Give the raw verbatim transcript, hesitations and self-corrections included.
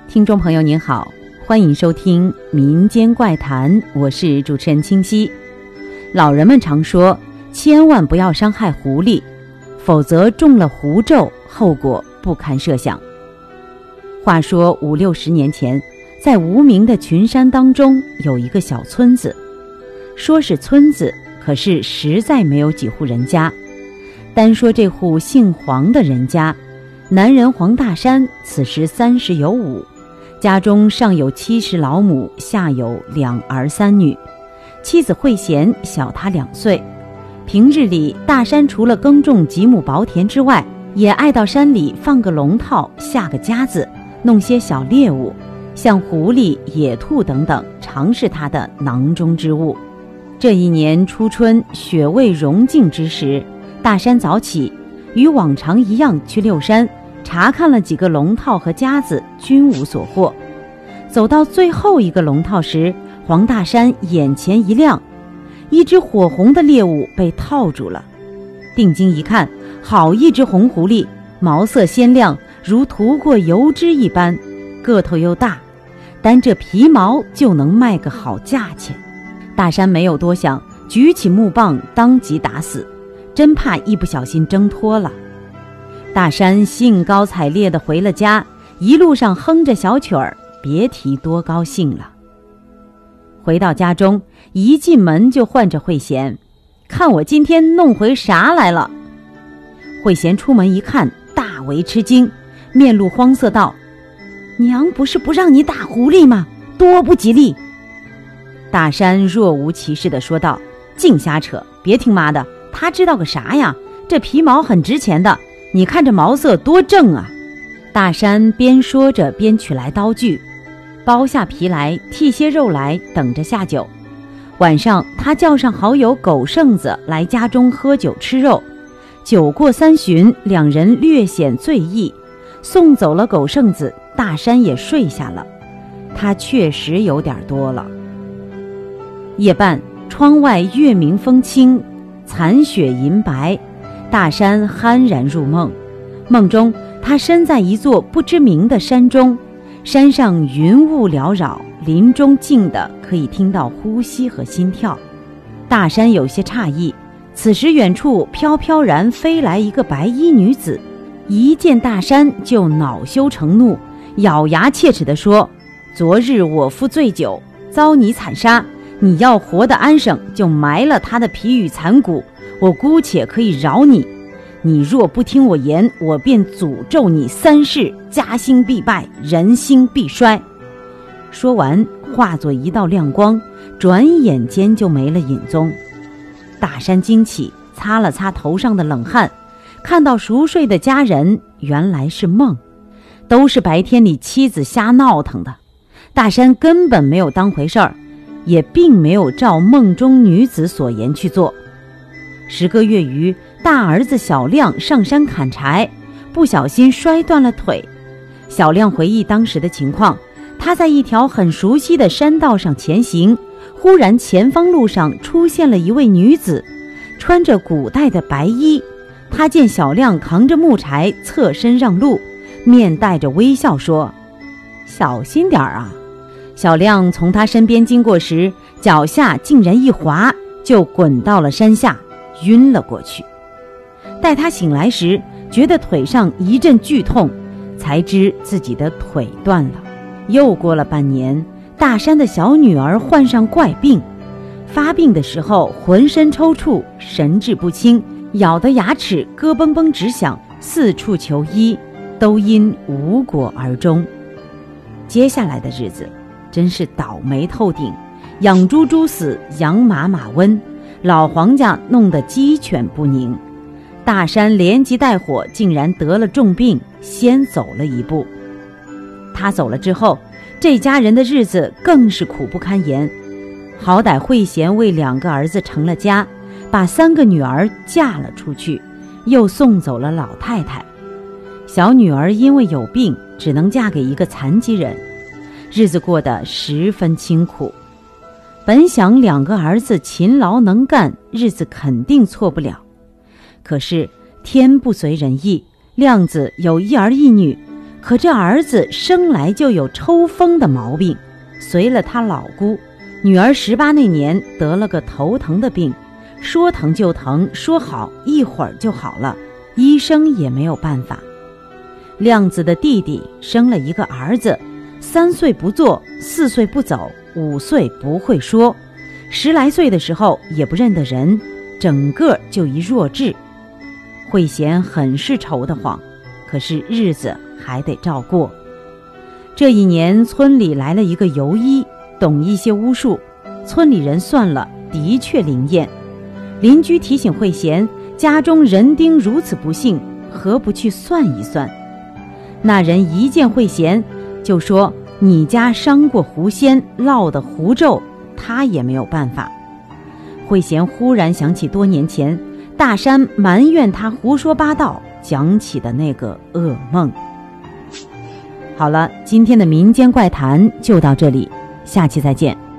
听众朋友您好，欢迎收听民间怪谈，我是主持人清溪。老人们常说，千万不要伤害狐狸，否则中了狐咒，后果不堪设想。话说五六十年前，在无名的群山当中有一个小村子，说是村子，可是实在没有几户人家。单说这户姓黄的人家，男人黄大山此时三十有五，家中上有七十老母，下有两儿三女，妻子慧贤小他两岁。平日里大山除了耕种几亩薄田之外，也爱到山里放个龙套，下个夹子，弄些小猎物，像狐狸、野兔等等，常是他的囊中之物。这一年初春，雪未融尽之时，大山早起，与往常一样去溜山，查看了几个龙套和夹子，均无所获。走到最后一个龙套时，黄大山眼前一亮，一只火红的猎物被套住了。定睛一看，好一只红狐狸，毛色鲜亮，如涂过油脂一般，个头又大，单这皮毛就能卖个好价钱。大山没有多想，举起木棒当即打死，真怕一不小心挣脱了。大山兴高采烈地回了家，一路上哼着小曲儿，别提多高兴了。回到家中，一进门就唤着慧贤，看我今天弄回啥来了。慧贤出门一看，大为吃惊，面露慌色道：娘不是不让你打狐狸吗？多不吉利。大山若无其事地说道：净瞎扯，别听妈的，他知道个啥呀，这皮毛很值钱的，你看这毛色多正啊。大山边说着边取来刀具，剥下皮来，剔些肉来，等着下酒。晚上他叫上好友狗剩子来家中喝酒吃肉。酒过三巡，两人略显醉意，送走了狗剩子，大山也睡下了。他确实有点多了。夜半，窗外月明风清，残雪银白，大山酣然入梦。梦中他身在一座不知名的山中，山上云雾缭绕，林中静的可以听到呼吸和心跳。大山有些诧异，此时远处飘飘然飞来一个白衣女子，一见大山就恼羞成怒，咬牙切齿地说：昨日我夫醉酒，遭你惨杀，你要活得安生，就埋了他的皮与残骨，我姑且可以饶你。你若不听我言，我便诅咒你三世，家兴必败，人心必衰。说完化作一道亮光，转眼间就没了影踪。大山惊起，擦了擦头上的冷汗，看到熟睡的家人，原来是梦，都是白天里妻子瞎闹腾的。大山根本没有当回事儿，也并没有照梦中女子所言去做。时个月余，大儿子小亮上山砍柴，不小心摔断了腿。小亮回忆当时的情况，他在一条很熟悉的山道上前行，忽然前方路上出现了一位女子，穿着古代的白衣。他见小亮扛着木柴侧身让路，面带着微笑说：小心点啊。小亮从他身边经过时，脚下竟然一滑，就滚到了山下，晕了过去。待他醒来时，觉得腿上一阵剧痛，才知自己的腿断了。又过了半年，大山的小女儿患上怪病，发病的时候浑身抽搐，神志不清，咬得牙齿咯嘣嘣直响，四处求医，都因无果而终。接下来的日子真是倒霉透顶，养猪猪死，养马马瘟，老黄家弄得鸡犬不宁。大山连急带火，竟然得了重病，先走了一步。他走了之后，这家人的日子更是苦不堪言。好歹慧贤为两个儿子成了家，把三个女儿嫁了出去，又送走了老太太。小女儿因为有病，只能嫁给一个残疾人，日子过得十分清苦。本想两个儿子勤劳能干，日子肯定错不了，可是天不随人意，亮子有一儿一女， 可这儿子生来就有抽风的毛病，随了他老姑。女儿十八那年得了个头疼的病，说疼就疼，说好一会儿就好了，医生也没有办法。亮子的弟弟生了一个儿子，三岁不坐，四岁不走，五岁不会说，十来岁的时候也不认得人，整个就一弱智。慧贤很是愁得慌，可是日子还得照过。这一年村里来了一个游医，懂一些巫术，村里人算了，的确灵验。邻居提醒慧贤，家中人丁如此不幸，何不去算一算？那人一见慧贤就说，你家伤过狐仙，落的狐咒，他也没有办法。慧贤忽然想起多年前大山埋怨他胡说八道讲起的那个噩梦。好了，今天的民间怪谈就到这里，下期再见。